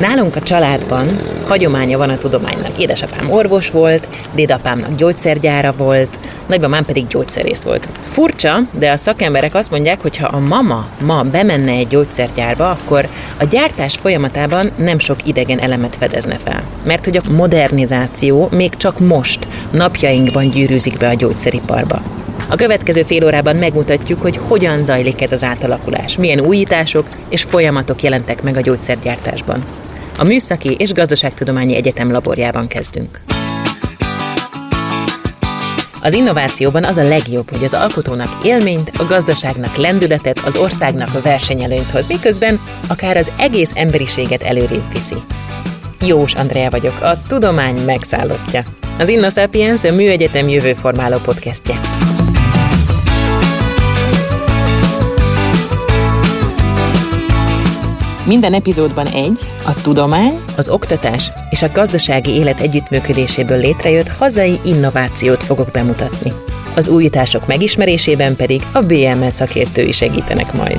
Nálunk a családban hagyománya van a tudománynak. Édesapám orvos volt, dédapámnak gyógyszergyára volt, nagymamám pedig gyógyszerész volt. Furcsa, de a szakemberek azt mondják, hogy ha a mama ma bemenne egy gyógyszergyárba, akkor a gyártás folyamatában nem sok idegen elemet fedezne fel. Mert hogy a modernizáció még csak most, napjainkban gyűrűzik be a gyógyszeriparba. A következő fél órában megmutatjuk, hogy hogyan zajlik ez az átalakulás, milyen újítások és folyamatok jelentek meg a gyógyszergyártásban. A Műszaki és Gazdaságtudományi Egyetem laborjában kezdünk. Az innovációban az a legjobb, hogy az alkotónak élményt, a gazdaságnak lendületet, az országnak versenyelőnyt hoz, miközben akár az egész emberiséget előrébb viszi. Jós Andrea vagyok, a tudomány megszállottja. Az InnoSapiens a Műegyetem jövőformáló podcastje. Minden epizódban a tudomány, az oktatás és a gazdasági élet együttműködéséből létrejött hazai innovációt fogok bemutatni. Az újítások megismerésében pedig a BML szakértői segítenek majd.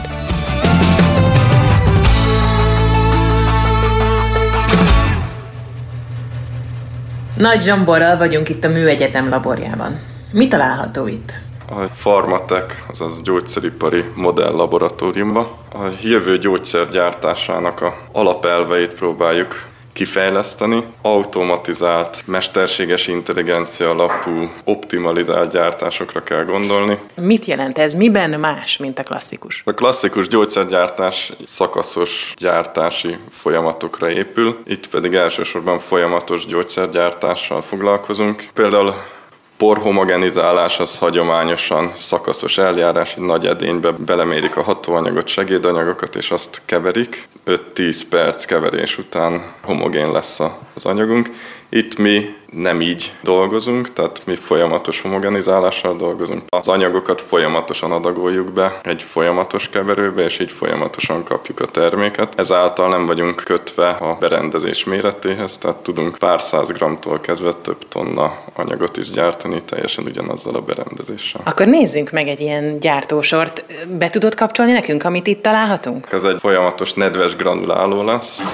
Nagy Zsomborral vagyunk itt a Műegyetem laborjában. Mi található itt? A Pharmatech, azaz gyógyszeripari modelllaboratóriumban a jövő gyógyszergyártásának a alapelveit próbáljuk kifejleszteni. Automatizált, mesterséges intelligencia alapú, optimalizált gyártásokra kell gondolni. Mit jelent ez? Miben más, mint a klasszikus? A klasszikus gyógyszergyártás szakaszos gyártási folyamatokra épül, itt pedig elsősorban folyamatos gyógyszergyártással foglalkozunk. Például porhomogenizálás az hagyományosan szakaszos eljárás, egy nagy edénybe belemérik a hatóanyagot, segédanyagokat, és azt keverik. 5-10 perc keverés után homogén lesz az anyagunk. Itt mi nem így dolgozunk, tehát mi folyamatos homogenizálással dolgozunk. Az anyagokat folyamatosan adagoljuk be egy folyamatos keverőbe, és így folyamatosan kapjuk a terméket. Ezáltal nem vagyunk kötve a berendezés méretéhez, tehát tudunk pár száz grammtól kezdve több tonna anyagot is gyártani, teljesen ugyanazzal a berendezéssel. Akkor nézzünk meg egy ilyen gyártósort. Be tudod kapcsolni nekünk, amit itt találhatunk? Ez egy folyamatos nedves granuláló lesz.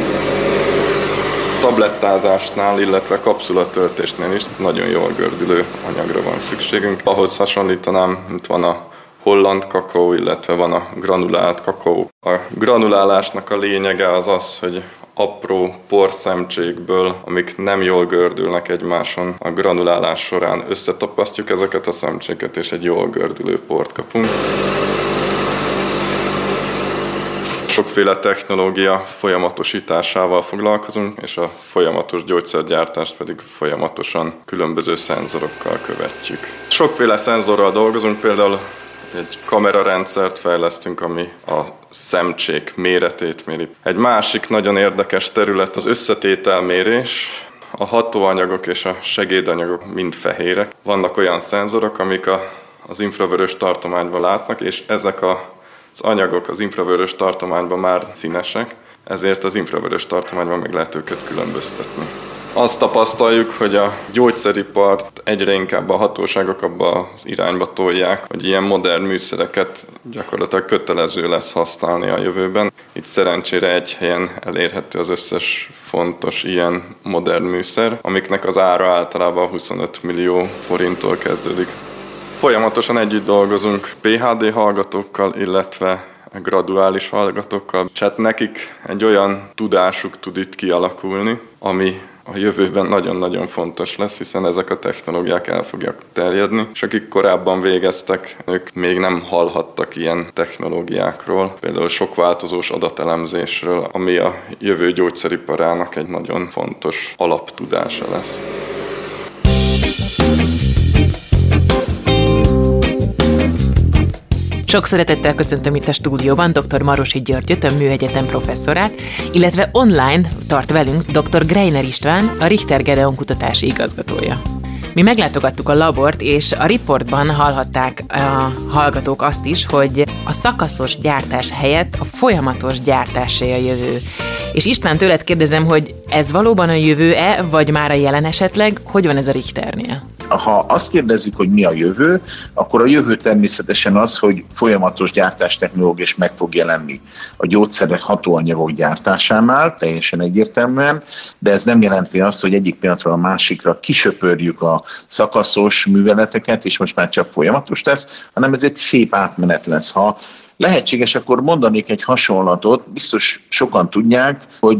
Tablettázásnál, illetve kapszulatöltésnél is nagyon jól gördülő anyagra van szükségünk. Ahhoz hasonlítanám, mint van a holland kakaó, illetve van a granulált kakaó. A granulálásnak a lényege az az, hogy apró porszemcsékből, amik nem jól gördülnek egymáson, a granulálás során összetapasztjuk ezeket a szemcséket, és egy jól gördülő port kapunk. Sokféle technológia folyamatosításával foglalkozunk, és a folyamatos gyógyszergyártást pedig folyamatosan különböző szenzorokkal követjük. Sokféle szenzorral dolgozunk, például egy kamerarendszert fejlesztünk, ami a szemcsék méretét méri. Egy másik nagyon érdekes terület az összetételmérés. A hatóanyagok és a segédanyagok mind fehérek. Vannak olyan szenzorok, amik az infravörös tartományban látnak, és ezek az anyagok az infravörös tartományban már színesek, ezért az infravörös tartományban meg lehet őket különböztetni. Azt tapasztaljuk, hogy a gyógyszeripart egyre inkább a hatóságok abba az irányba tolják, hogy ilyen modern műszereket gyakorlatilag kötelező lesz használni a jövőben. Itt szerencsére egy helyen elérhető az összes fontos ilyen modern műszer, amiknek az ára általában 25 millió forinttól kezdődik. Folyamatosan együtt dolgozunk PhD hallgatókkal, illetve graduális hallgatókkal. Hát nekik egy olyan tudásuk tud itt kialakulni, ami a jövőben nagyon-nagyon fontos lesz, hiszen ezek a technológiák el fogják terjedni, és akik korábban végeztek, ők még nem hallhattak ilyen technológiákról, például sokváltozós adatelemzésről, ami a jövő gyógyszeriparának egy nagyon fontos alaptudása lesz. Sok szeretettel köszöntöm itt a stúdióban dr. Marosi Györgyöt, a Műegyetem professzorát, illetve online tart velünk dr. Greiner István, a Richter Gedeon kutatási igazgatója. Mi meglátogattuk a labort, és a riportban hallhatták a hallgatók azt is, hogy a szakaszos gyártás helyett a folyamatos gyártásé a jövő. És István, tőled kérdezem, hogy ez valóban a jövő-e, vagy már a jelen esetleg? Hogy van ez a Richternél? Ha azt kérdezzük, hogy mi a jövő, akkor a jövő természetesen az, hogy folyamatos gyártástechnológia is meg fog jelenni a gyógyszerek, hatóanyagok gyártásánál, teljesen egyértelműen, de ez nem jelenti azt, hogy egyik pillanatról a másikra kisöpörjük a szakaszos műveleteket, és most már csak folyamatos lesz, hanem ez egy szép átmenet lesz. Ha lehetséges, akkor mondanék egy hasonlatot, biztos sokan tudják, hogy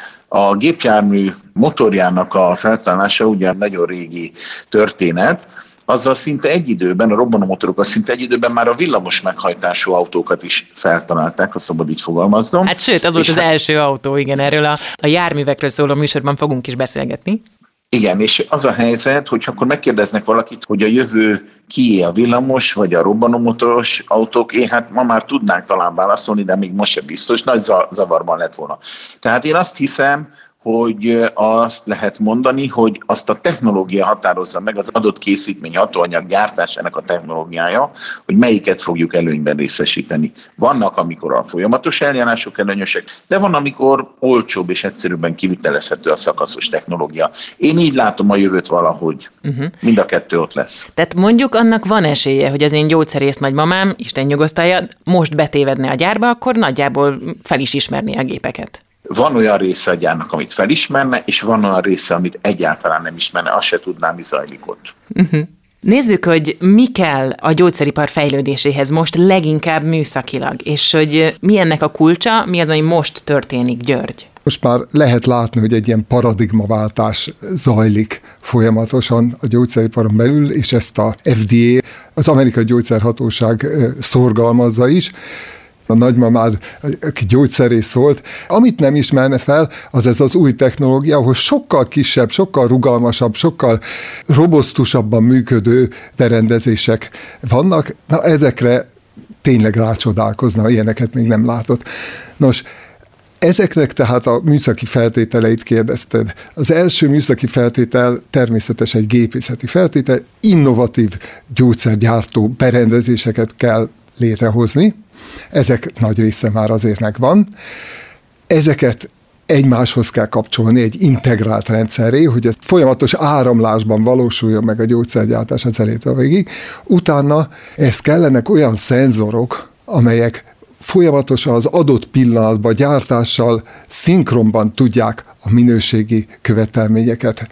a gépjármű motorjának a feltalálása ugye nagyon régi történet, azzal szinte egy időben, a robbanómotorokkal szinte egy időben már a villamos meghajtású autókat is feltalálták, ha szabad így fogalmaznom. Hát sőt, az volt az első autó, igen, erről a járművekről szóló műsorban fogunk is beszélgetni. Igen, és az a helyzet, hogy akkor megkérdeznek valakit, hogy a jövő kié, a villamos vagy a robbanómotoros autók, hát ma már tudnánk talán válaszolni, de még most sem biztos, nagy zavarban lett volna. Tehát én azt hiszem, hogy azt lehet mondani, hogy azt a technológia határozza meg, az adott készítmény hatóanyag gyártásának a technológiája, hogy melyiket fogjuk előnyben részesíteni. Vannak, amikor a folyamatos eljárások előnyösek, de van, amikor olcsóbb és egyszerűbben kivitelezhető a szakaszos technológia. Én így látom a jövőt valahogy. Mind a kettő ott lesz. Tehát mondjuk annak van esélye, hogy az én gyógyszerész nagymamám, Isten nyugosztalja, most betévedne a gyárba, akkor nagyjából fel is ismerné a gépeket. Van olyan része a gyárnak, amit felismerne, és van olyan része, amit egyáltalán nem ismerne, azt se tudná, mi zajlik ott. Nézzük, hogy mi kell a gyógyszeripar fejlődéséhez most leginkább műszakilag, és hogy mi ennek a kulcsa, mi az, ami most történik, György? Most már lehet látni, hogy egy ilyen paradigmaváltás zajlik folyamatosan a gyógyszeriparon belül, és ezt a FDA, az Amerikai Gyógyszerhatóság szorgalmazza is. A nagymamád, aki gyógyszerész volt, amit nem ismerne fel, az ez az új technológia, ahol sokkal kisebb, sokkal rugalmasabb, sokkal robosztusabban működő berendezések vannak. Na, ezekre tényleg rácsodálkozna, ilyeneket még nem látott. Nos, ezeknek tehát a műszaki feltételeit kérdezted. Az első műszaki feltétel természetesen egy gépészeti feltétel, innovatív gyógyszergyártó berendezéseket kell létrehozni. Ezek nagy része már azért megvan. Ezeket egymáshoz kell kapcsolni egy integrált rendszerré, hogy ez folyamatos áramlásban valósuljon meg a gyógyszergyártás az elétől végig. Utána ez kellenek olyan szenzorok, amelyek folyamatosan az adott pillanatban gyártással szinkronban tudják a minőségi követelményeket,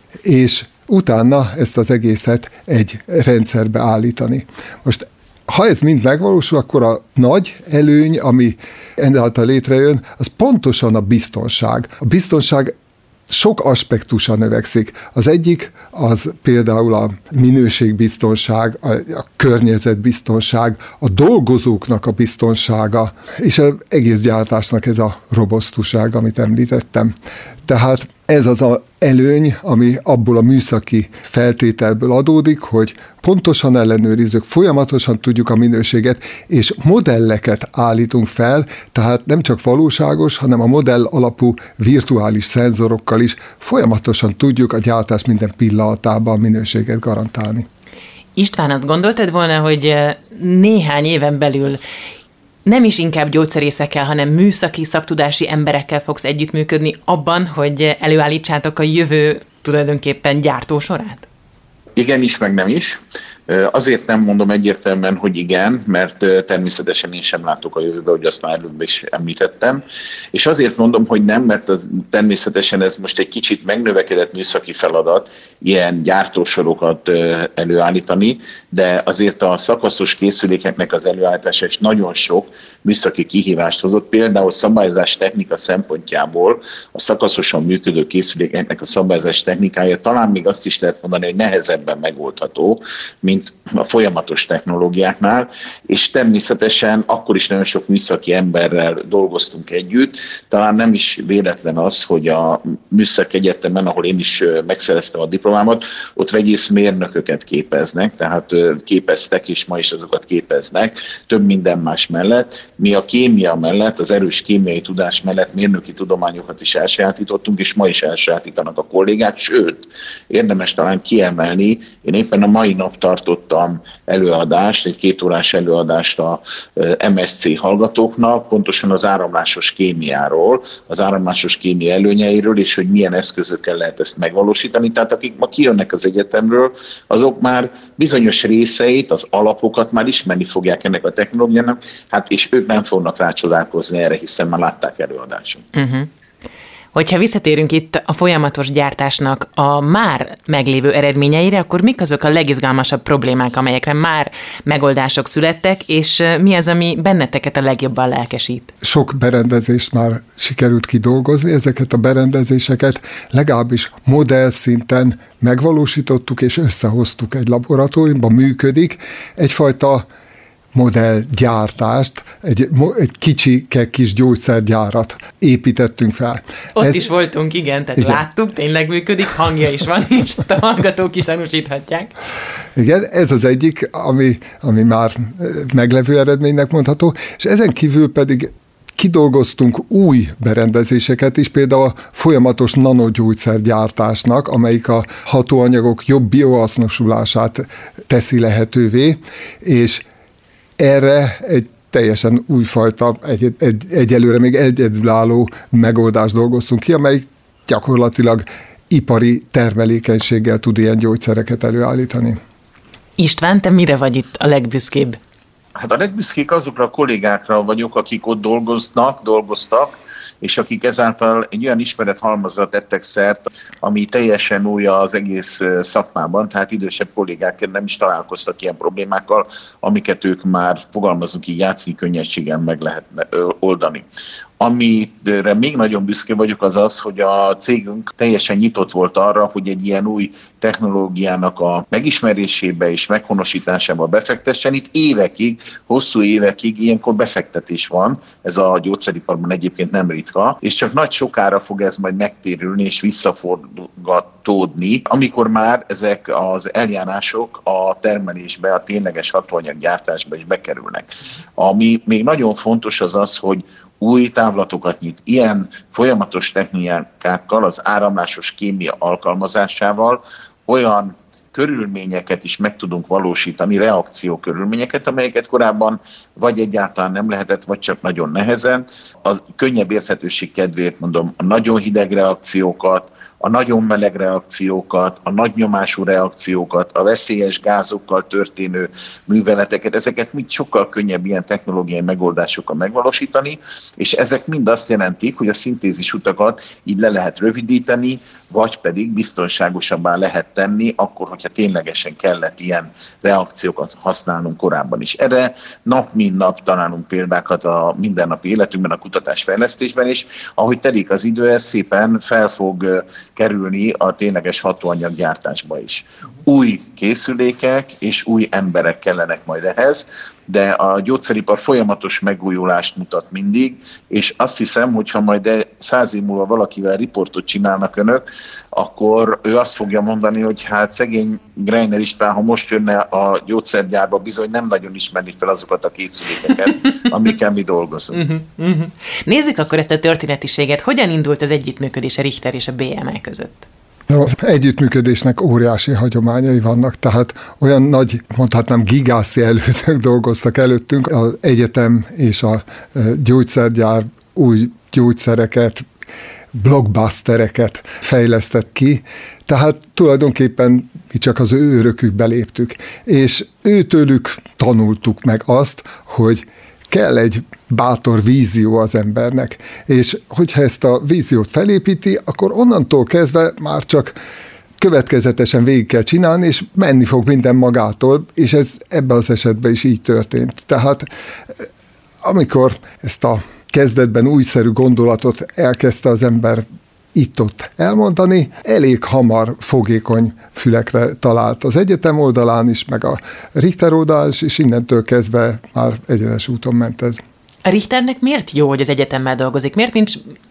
és utána ezt az egészet egy rendszerbe állítani. Most ha ez mind megvalósul, akkor a nagy előny, ami ezáltal létrejön, az pontosan a biztonság. A biztonság sok aspektusa növekszik. Az egyik az például a minőségbiztonság, a környezetbiztonság, a dolgozóknak a biztonsága, és az egész gyártásnak ez a robosztuság, amit említettem. Tehát ez az az előny, ami abból a műszaki feltételből adódik, hogy pontosan ellenőrizzük, folyamatosan tudjuk a minőséget, és modelleket állítunk fel, tehát nem csak valóságos, hanem a modell alapú virtuális szenzorokkal is folyamatosan tudjuk a gyártás minden pillanatában a minőséget garantálni. István, azt gondoltad volna, hogy néhány éven belül nem is inkább gyógyszerészekkel, hanem műszaki, szaktudási emberekkel fogsz együttműködni abban, hogy előállítsátok a jövő tulajdonképpen gyártósorát? Igen is, meg nem is. Azért nem mondom egyértelműen, hogy igen, mert természetesen én sem látok a jövőbe, hogy azt már előbb is említettem. És azért mondom, hogy nem, mert természetesen ez most egy kicsit megnövekedett műszaki feladat, ilyen gyártósorokat előállítani, de azért a szakaszos készülékeknek az előállítása is nagyon sok műszaki kihívást hozott. Például szabályozás technika szempontjából a szakaszosan működő készülékeknek a szabályozás technikája talán még azt is lehet mondani, hogy nehezebben megoldható, mint a folyamatos technológiáknál, és természetesen akkor is nagyon sok műszaki emberrel dolgoztunk együtt. Talán nem is véletlen az, hogy a Műszaki Egyetemen, ahol én is megszereztem a diplomámat, ott vegyészmérnököket képeznek, tehát képeztek, és ma is azokat képeznek, több minden más mellett, mi a kémia mellett, az erős kémiai tudás mellett mérnöki tudományokat is elsajátítottunk, és ma is elsajátítanak a kollégák, sőt, érdemes talán kiemelni, én éppen a mai nap tartottam előadást, egy 2 órás előadást a MSC hallgatóknak, pontosan az áramlásos kémiáról, az áramlásos kémia előnyeiről, és hogy milyen eszközökkel lehet ezt megvalósítani. Tehát akik ma kijönnek az egyetemről, azok már bizonyos részeit, az alapokat már ismerni fogják ennek a technológiának, hát és ők nem fognak rácsodálkozni erre, hiszen már látták előadáson. Hogyha visszatérünk itt a folyamatos gyártásnak a már meglévő eredményeire, akkor mik azok a legizgalmasabb problémák, amelyekre már megoldások születtek, és mi az, ami benneteket a legjobban lelkesít? Sok berendezést már sikerült kidolgozni, ezeket a berendezéseket legalábbis modell szinten megvalósítottuk és összehoztuk egy laboratóriumban, működik. Egyfajta modellgyártást, egy kicsi kis gyógyszergyárat építettünk fel. Ott is voltunk, igen, tehát láttuk, tényleg működik, hangja is van, és ezt a hallgatók is tanúsíthatják. Igen, ez az egyik, ami már meglevő eredménynek mondható, és ezen kívül pedig kidolgoztunk új berendezéseket is, például a folyamatos nanogyógyszergyártásnak, amelyik a hatóanyagok jobb biohasznosulását teszi lehetővé, és erre egy teljesen újfajta, egyelőre még egyedülálló megoldást dolgoztunk ki, amely gyakorlatilag ipari termelékenységgel tud ilyen gyógyszereket előállítani. István, te mire vagy itt a legbüszkébb? Hát a legbüszkék azokra a kollégákra vagyok, akik ott dolgoztak, és akik ezáltal egy olyan ismerethalmazra tettek szert, ami teljesen új az egész szakmában, tehát idősebb kollégák nem is találkoztak ilyen problémákkal, amiket ők már, fogalmazunk így, játszni könnyedségen meg lehetne oldani. Amire még nagyon büszke vagyok az, hogy a cégünk teljesen nyitott volt arra, hogy egy ilyen új technológiának a megismerésébe és meghonosításába befektessen. Itt évekig, hosszú évekig ilyenkor befektetés van, ez a gyógyszeriparban egyébként nem ritka, és csak nagy sokára fog ez majd megtérülni és visszaforgatódni, amikor már ezek az eljárások a termelésbe, a tényleges hatóanyaggyártásba is bekerülnek. Ami még nagyon fontos az, hogy új távlatokat nyit. Ilyen folyamatos technikákkal, az áramlásos kémia alkalmazásával olyan körülményeket is meg tudunk valósítani, reakciókörülményeket, amelyeket korábban vagy egyáltalán nem lehetett, vagy csak nagyon nehezen. A könnyebb érthetőség kedvéért mondom, a nagyon hideg reakciókat, a nagyon meleg reakciókat, a nagy nyomású reakciókat, a veszélyes gázokkal történő műveleteket, ezeket mind sokkal könnyebb ilyen technológiai megoldásokkal megvalósítani, és ezek mind azt jelentik, hogy a szintézis utakat így le lehet rövidíteni, vagy pedig biztonságosabbá lehet tenni, akkor, hogyha ténylegesen kellett ilyen reakciókat használnunk korábban is. Erre nap mint nap találunk példákat a mindennapi életünkben, a kutatásfejlesztésben, és ahogy telik az idő, ez szépen fel fog kerülni a tényleges hatóanyaggyártásba is. Új készülékek és új emberek kellenek majd ehhez, de a gyógyszeripar folyamatos megújulást mutat mindig, és azt hiszem, hogyha majd 100 év múlva valakivel riportot csinálnak önök, akkor ő azt fogja mondani, hogy hát szegény Greiner István, ha most jönne a gyógyszergyárba, bizony nem nagyon ismerni fel azokat a készülékeket, amikkel mi dolgozunk. Nézzük akkor ezt a történetiséget. Hogyan indult az együttműködés a Richter és a BME között? Az együttműködésnek óriási hagyományai vannak, tehát olyan nagy, mondhatnám, gigászi elődök dolgoztak előttünk. Az egyetem és a gyógyszergyár új gyógyszereket, blockbustereket fejlesztett ki, tehát tulajdonképpen mi csak az ő örökükbe léptük, és őtőlük tanultuk meg azt, hogy kell egy bátor vízió az embernek, és hogyha ezt a víziót felépíti, akkor onnantól kezdve már csak következetesen végig kell csinálni, és menni fog minden magától, és ez ebben az esetben is így történt. Tehát amikor ezt a kezdetben újszerű gondolatot elkezdte az ember itt-ott elmondani, elég hamar fogékony fülekre talált az egyetem oldalán is, meg a Richter oldalán is, és innentől kezdve már egyenes úton ment ez. A Richternek miért jó, hogy az egyetemmel dolgozik? Miért nincs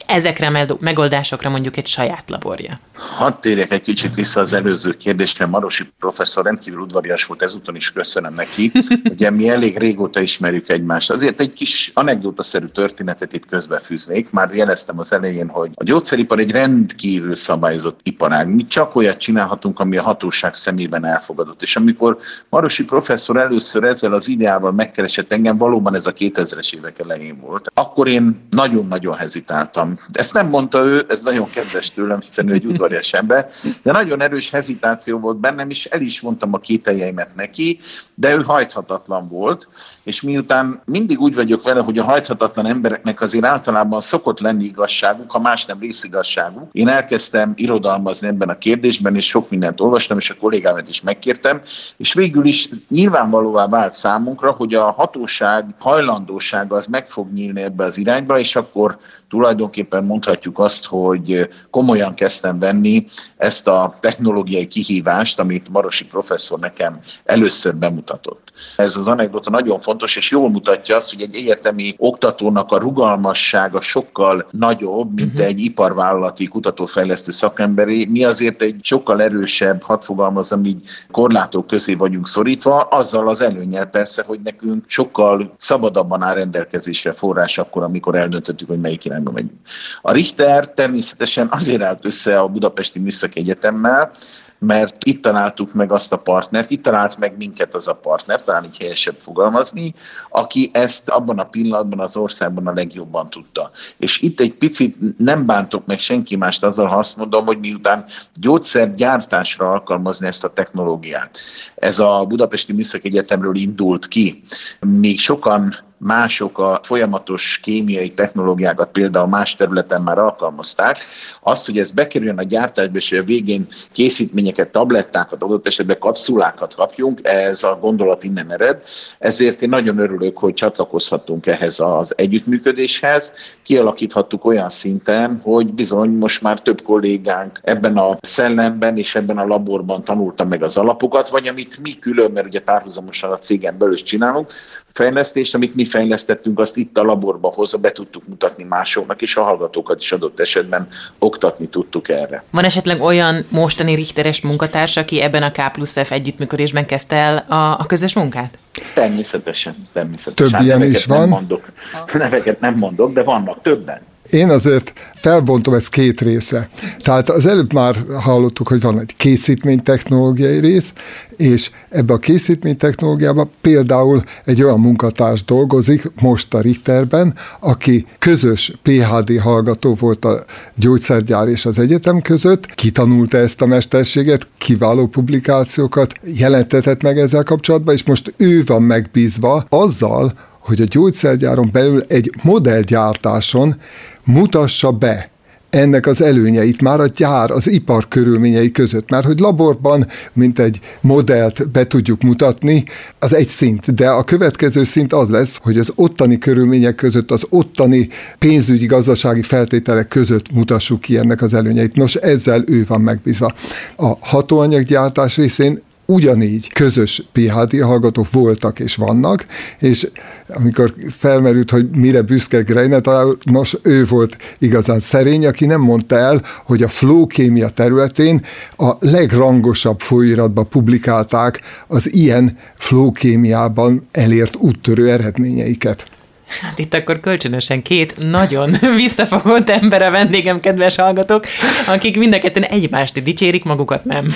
ezekre a megoldásokra mondjuk egy saját laborja? Hadd térjek egy kicsit vissza az előző kérdésre. Marosi professzor rendkívül udvarias volt, ezúton is köszönöm neki. Ugye mi elég régóta ismerjük egymást. Azért egy kis anekdótaszerű történetet itt közbefűznék. Már jeleztem az elején, hogy a gyógyszeripar egy rendkívül szabályozott iparág. Mi csak olyat csinálhatunk, ami a hatóság szemében elfogadott. És amikor Marosi professzor először ezzel az ideával megkeresett engem, valóban ez a 2000-es évek elején volt. Akkor én nagyon-nagyon hezitáltam. Ezt nem mondta ő, ez nagyon kedves tőlem, hiszen ő egy udvarias ember, de nagyon erős hezitáció volt bennem, és el is mondtam a kételjeimet neki, de ő hajthatatlan volt, és miután mindig úgy vagyok vele, hogy a hajthatatlan embereknek azért általában szokott lenni igazságuk, ha más nem részigazságuk. Én elkezdtem irodalmazni ebben a kérdésben, és sok mindent olvastam, és a kollégámat is megkértem, és végül is nyilvánvalóvá vált számunkra, hogy a hatóság hajlandósága az meg fog nyílni ebbe az irányba, és akkor tulajdonképpen mondhatjuk azt, hogy komolyan kezdtem venni ezt a technológiai kihívást, amit Marosi professzor nekem először bemutatott. Ez az anekdota nagyon fontos, és jól mutatja azt, hogy egy egyetemi oktatónak a rugalmassága sokkal nagyobb, mint egy iparvállalati kutatófejlesztő szakemberé. Mi azért egy sokkal erősebb, hadd fogalmazom így, korlátok közé vagyunk szorítva, azzal az előnnyel persze, hogy nekünk sokkal szabadabban áll rendelkezésre forrás akkor, amikor eldöntöttük, hogy melyik irányba megyünk. A Richter természetesen azért állt össze a Budapesti Műszaki Egyetemmel, mert itt találtuk meg azt a partnert, itt talált meg minket az a partner, talán így helyesebb fogalmazni, aki ezt abban a pillanatban az országban a legjobban tudta. És itt egy picit nem bántok meg senki mást azzal, ha azt mondom, hogy miután gyógyszergyártásra alkalmazni ezt a technológiát. Ez a Budapesti Műszaki Egyetemről indult ki. Még sokan mások a folyamatos kémiai technológiákat például más területen már alkalmazták. Azt, hogy ez bekerüljön a gyártásba, és a végén készítményeket, tablettákat, adott esetben kapszulákat kapjunk, ez a gondolat innen ered. Ezért én nagyon örülök, hogy csatlakozhattunk ehhez az együttműködéshez. Kialakíthattuk olyan szinten, hogy bizony most már több kollégánk ebben a szellemben és ebben a laborban tanulta meg az alapokat, vagy amit mi külön, mert ugye párhuzamosan a cégen belül is csinálunk, fejlesztést, amit mi fejlesztettünk, azt itt a laborba hozva be tudtuk mutatni másoknak, és a hallgatókat is adott esetben oktatni tudtuk erre. Van esetleg olyan mostani Richteres munkatárs, aki ebben a K+F együttműködésben kezdte el a közös munkát? Természetesen. Több ilyen is van. Neveket nem mondok, de vannak többen. Én azért felbontom ezt két részre. Tehát az előbb már hallottuk, hogy van egy készítménytechnológiai rész, és ebbe a készítménytechnológiában például egy olyan munkatárs dolgozik most a Richterben, aki közös PhD hallgató volt a gyógyszergyár és az egyetem között, kitanulta ezt a mesterséget, kiváló publikációkat jelentetett meg ezzel kapcsolatban, és most ő van megbízva azzal, hogy a gyógyszergyáron belül egy modellgyártáson mutassa be ennek az előnyeit már a gyár, az ipar körülményei között. Mert hogy laborban, mint egy modellt be tudjuk mutatni, az egy szint, de a következő szint az lesz, hogy az ottani körülmények között, az ottani pénzügyi, gazdasági feltételek között mutassuk ki ennek az előnyeit. Nos, ezzel ő van megbízva. A hatóanyaggyártás részén ugyanígy közös PhD hallgatók voltak és vannak, és amikor felmerült, hogy mire büszke Greiner, nos, ő volt igazán szerény, aki nem mondta el, hogy a flókémia területén a legrangosabb folyóiratban publikálták az ilyen flókémiában elért úttörő eredményeiket. Hát itt akkor kölcsönösen két nagyon visszafogott ember a vendégem, kedves hallgatók, akik mind a ketten egymást dicsérik, magukat nem.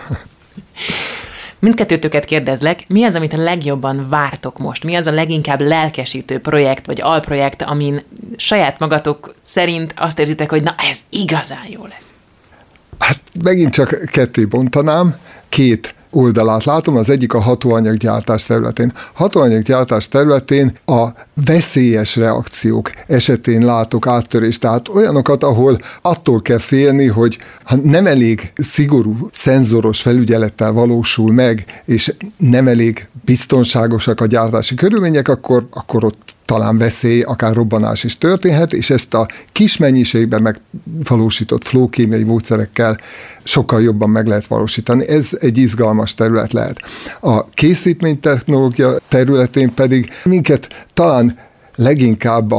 Mindkettőtöket kérdezlek, mi az, amit a legjobban vártok most? Mi az a leginkább lelkesítő projekt vagy alprojekt, amin saját magatok szerint azt érzitek, hogy na ez igazán jó lesz? Hát megint csak ketté bontanám, két oldalát látom, az egyik a hatóanyaggyártás területén. Hatóanyaggyártás területén a veszélyes reakciók esetén látok áttörést, tehát olyanokat, ahol attól kell félni, hogy ha nem elég szigorú szenzoros felügyelettel valósul meg, és nem elég biztonságosak a gyártási körülmények, akkor ott talán veszély, akár robbanás is történhet, és ezt a kis mennyiségben megvalósított flókémiai módszerekkel sokkal jobban meg lehet valósítani. Ez egy izgalmas terület lehet. A készítménytechnológia területén pedig minket talán leginkább a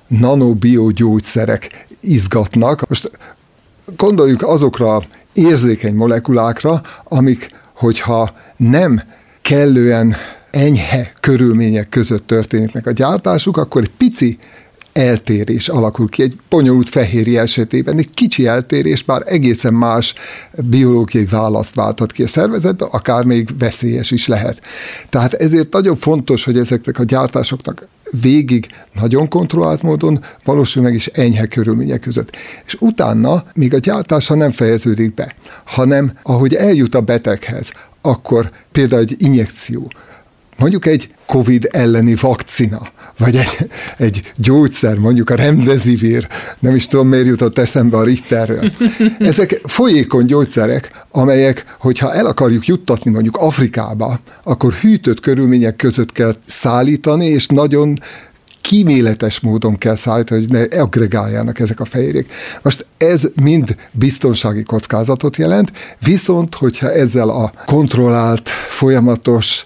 nanobiogyógyszerek izgatnak. Most gondoljuk azokra érzékeny molekulákra, amik, hogyha nem kellően enyhe körülmények között történik meg a gyártásuk, akkor egy pici eltérés alakul ki. Egy bonyolult fehérje esetében egy kicsi eltérés már egészen más biológiai választ válthat ki a szervezetbe, akár még veszélyes is lehet. Tehát ezért nagyon fontos, hogy ezeknek a gyártásoknak végig nagyon kontrollált módon valósul meg is enyhe körülmények között. És utána még a gyártása nem fejeződik be, hanem ahogy eljut a beteghez, akkor például egy injekció, mondjuk egy COVID elleni vakcina, vagy egy gyógyszer, mondjuk a Remdesivir, nem is tudom, miért jutott eszembe a Richterről. Ezek folyékony gyógyszerek, amelyek, hogyha el akarjuk juttatni mondjuk Afrikába, akkor hűtött körülmények között kell szállítani, és nagyon kíméletes módon kell szállítani, hogy ne aggregáljanak ezek a fehérjék. Most ez mind biztonsági kockázatot jelent, viszont hogyha ezzel a kontrollált, folyamatos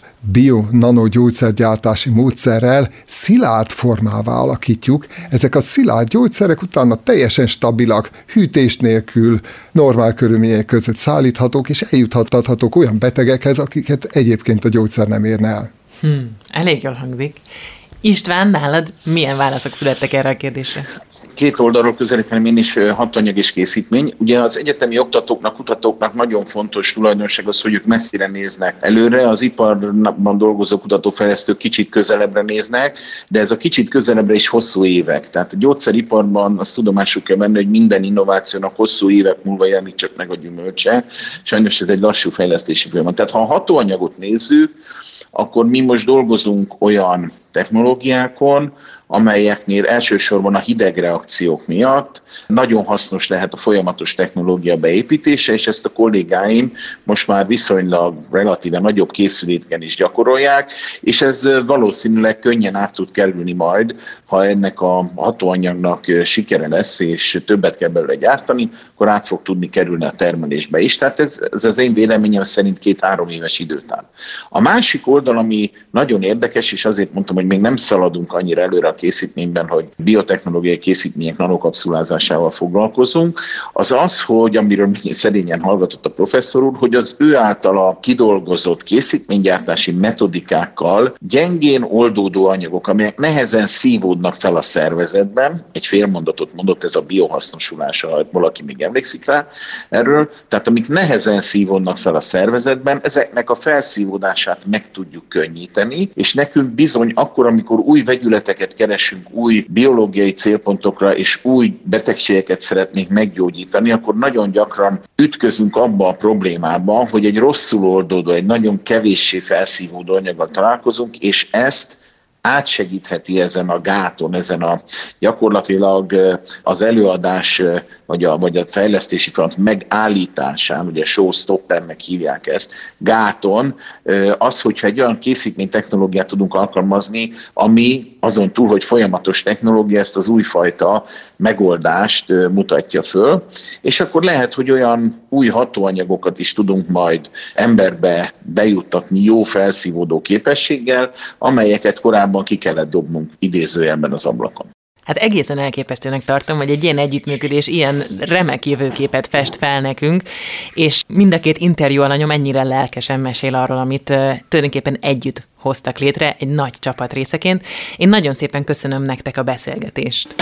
bio-nanogyógyszergyártási módszerrel szilárd formává alakítjuk, ezek a szilárd gyógyszerek utána teljesen stabilak, hűtés nélkül, normál körülmények között szállíthatók, és eljuthathatók olyan betegekhez, akiket egyébként a gyógyszer nem érne el. Elég jól hangzik. István, nálad milyen válaszok születtek erre a kérdésre? Két oldalról közelítenem én is hatanyag és készítmény. Ugye az egyetemi oktatóknak, kutatóknak nagyon fontos tulajdonság az, hogy ők messzire néznek előre, az iparban dolgozó kutatófejlesztők kicsit közelebbre néznek, de ez a kicsit közelebbre is hosszú évek. Tehát a gyógyszeriparban azt tudomásuk kell venni, hogy minden innovációnak hosszú évek múlva jelenik csak meg a gyümölcse. Sajnos ez egy lassú fejlesztési folyamat. Tehát ha a hatóanyagot nézzük, akkor mi most dolgozunk olyan technológiákon, amelyeknél elsősorban a hideg reakciók miatt nagyon hasznos lehet a folyamatos technológia beépítése, és ezt a kollégáim most már viszonylag relatíve nagyobb készüléken is gyakorolják, és ez valószínűleg könnyen át tud kerülni majd, ha ennek a hatóanyagnak sikere lesz, és többet kell belőle gyártani, akkor át fog tudni kerülni a termelésbe is. Tehát ez az én véleményem szerint 2-3 éves időtán. A másik oldal, ami nagyon érdekes, és azért mondtam, hogy még nem szaladunk annyira előre a készítményben, hogy biotechnológiai készítmények nanokapszulázásával foglalkozunk, az az, hogy amiről szerényen hallgatott a professzor úr, hogy az ő általa kidolgozott készítménygyártási metodikákkal gyengén oldódó anyagok, amelyek nehezen szívódnak fel a szervezetben, egy fél mondatot mondott, ez a biohasznosulás, ha valaki még emlékszik rá erről, tehát amik nehezen szívódnak fel a szervezetben, ezeknek a felszívódását meg tudjuk könnyíteni, és nekünk bizony akkor, amikor új vegyületeket keresünk, új biológiai célpontokra és új betegségeket szeretnénk meggyógyítani, akkor nagyon gyakran ütközünk abba a problémába, hogy egy rosszul oldódó, egy nagyon kevéssé felszívódó anyaggal találkozunk, és ezt átsegítheti ezen a gáton, ezen a gyakorlatilag az előadás vagy a fejlesztési folyamat megállításán, ugye showstoppernek hívják ezt, gáton, az, hogyha egy olyan készítménytechnológiát tudunk alkalmazni, ami azon túl, hogy folyamatos technológia, ezt az újfajta megoldást mutatja föl, és akkor lehet, hogy olyan új hatóanyagokat is tudunk majd emberbe bejuttatni jó felszívódó képességgel, amelyeket korábban ki kellett dobnunk idézőjelben az ablakon. Hát egészen elképesztőnek tartom, hogy egy ilyen együttműködés ilyen remek jövőképet fest fel nekünk, és mind a két interjú alanyom ennyire lelkesen mesél arról, amit tulajdonképpen együtt hoztak létre egy nagy csapat részeként. Én nagyon szépen köszönöm nektek a beszélgetést.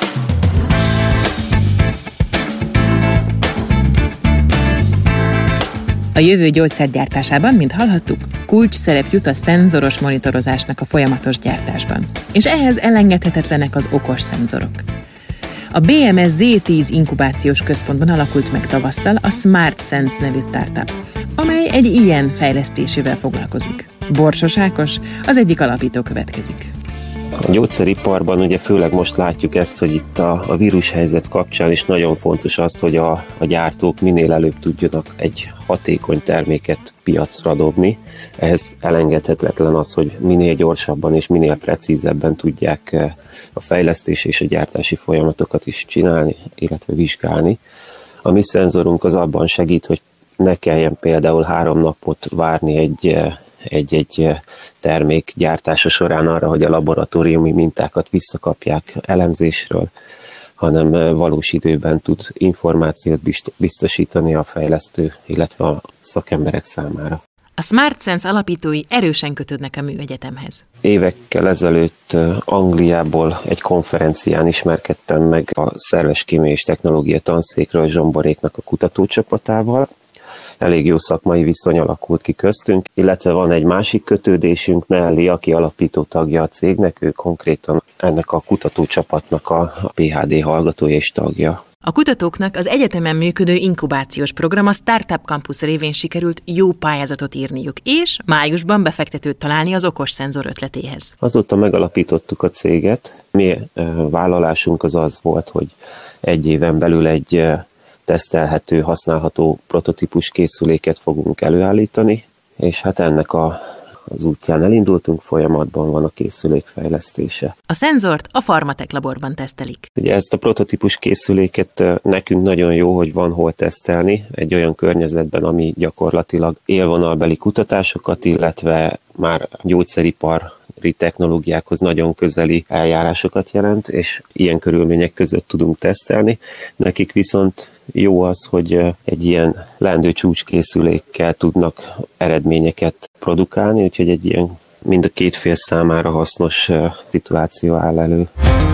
A jövő gyógyszergyártásában, mint hallhattuk, kulcs szerep jut a szenzoros monitorozásnak a folyamatos gyártásban. És ehhez elengedhetetlenek az okos szenzorok. A BMS Z10 inkubációs központban alakult meg tavasszal a Smart Sense nevű startup, amely egy ilyen fejlesztésével foglalkozik. Borsos Ákos, az egyik alapító következik. A gyógyszeriparban ugye főleg most látjuk ezt, hogy itt a vírushelyzet kapcsán is nagyon fontos az, hogy a gyártók minél előbb tudjanak egy hatékony terméket piacra dobni. Ehhez elengedhetetlen az, hogy minél gyorsabban és minél precízebben tudják a fejlesztés és a gyártási folyamatokat is csinálni, illetve vizsgálni. A mi szenzorunk az abban segít, hogy ne kelljen például 3 napot várni egy termék gyártása során arra, hogy a laboratóriumi mintákat visszakapják elemzésről, hanem valós időben tud információt biztosítani a fejlesztő, illetve a szakemberek számára. A SmartSense alapítói erősen kötődnek a műegyetemhez. Évekkel ezelőtt Angliából egy konferencián ismerkedtem meg a szerves kémia és technológia tanszékről Zsomboréknak a kutatócsapatával. Elég jó szakmai viszony alakult ki köztünk, illetve van egy másik kötődésünk, Nelly, aki alapító tagja a cégnek, ő konkrétan ennek a kutatócsapatnak a PhD hallgatója és tagja. A kutatóknak az egyetemen működő inkubációs program a Startup Campus révén sikerült jó pályázatot írniuk, és májusban befektetőt találni az okos szenzor ötletéhez. Azóta megalapítottuk a céget. Mi vállalásunk az volt, hogy egy éven belül egy tesztelhető, használható prototípus készüléket fogunk előállítani, és hát ennek az útján elindultunk, folyamatban van a készülék fejlesztése. A szenzort a Pharmatech laborban tesztelik. Ugye ezt a prototípus készüléket nekünk nagyon jó, hogy van hol tesztelni, egy olyan környezetben, ami gyakorlatilag élvonalbeli kutatásokat, illetve már gyógyszeripari technológiákhoz nagyon közeli eljárásokat jelent, és ilyen körülmények között tudunk tesztelni. Nekik viszont jó az, hogy egy ilyen leendő csúcskészülékkel tudnak eredményeket produkálni, úgyhogy egy ilyen mind a két fél számára hasznos szituáció áll elő.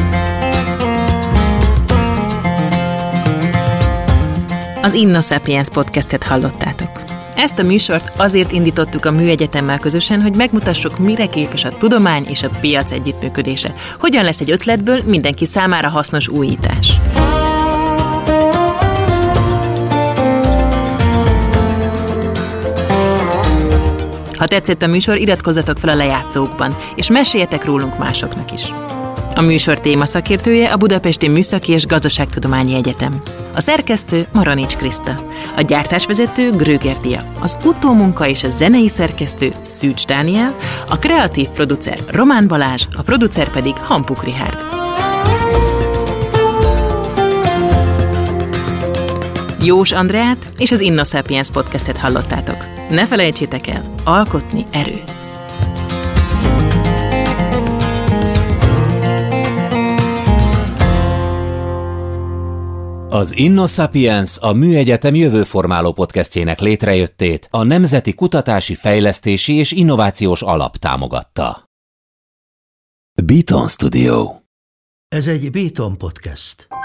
Az InnoSapiens podcastet hallottátok. Ezt a műsort azért indítottuk a Műegyetemmel közösen, hogy megmutassuk, mire képes a tudomány és a piac együttműködése. Hogyan lesz egy ötletből mindenki számára hasznos újítás. Ha tetszett a műsor, iratkozzatok fel a lejátszókban, és meséljetek rólunk másoknak is. A műsor témaszakértője a Budapesti Műszaki és Gazdaságtudományi Egyetem. A szerkesztő Maranics Kriszta, a gyártásvezető Gröger Dia, az utómunka és a zenei szerkesztő Szűcs Dániel, a kreatív producer Román Balázs, a producer pedig Hampuk Richárd. Jós Andreát és az InnoSapiens podcastet hallottátok. Ne felejtsétek el, alkotni erő! Az InnoSapiens a Műegyetem jövőformáló podcastjének létrejöttét a Nemzeti Kutatási Fejlesztési és Innovációs Alap támogatta. Beaton Studio. Ez egy Beaton podcast.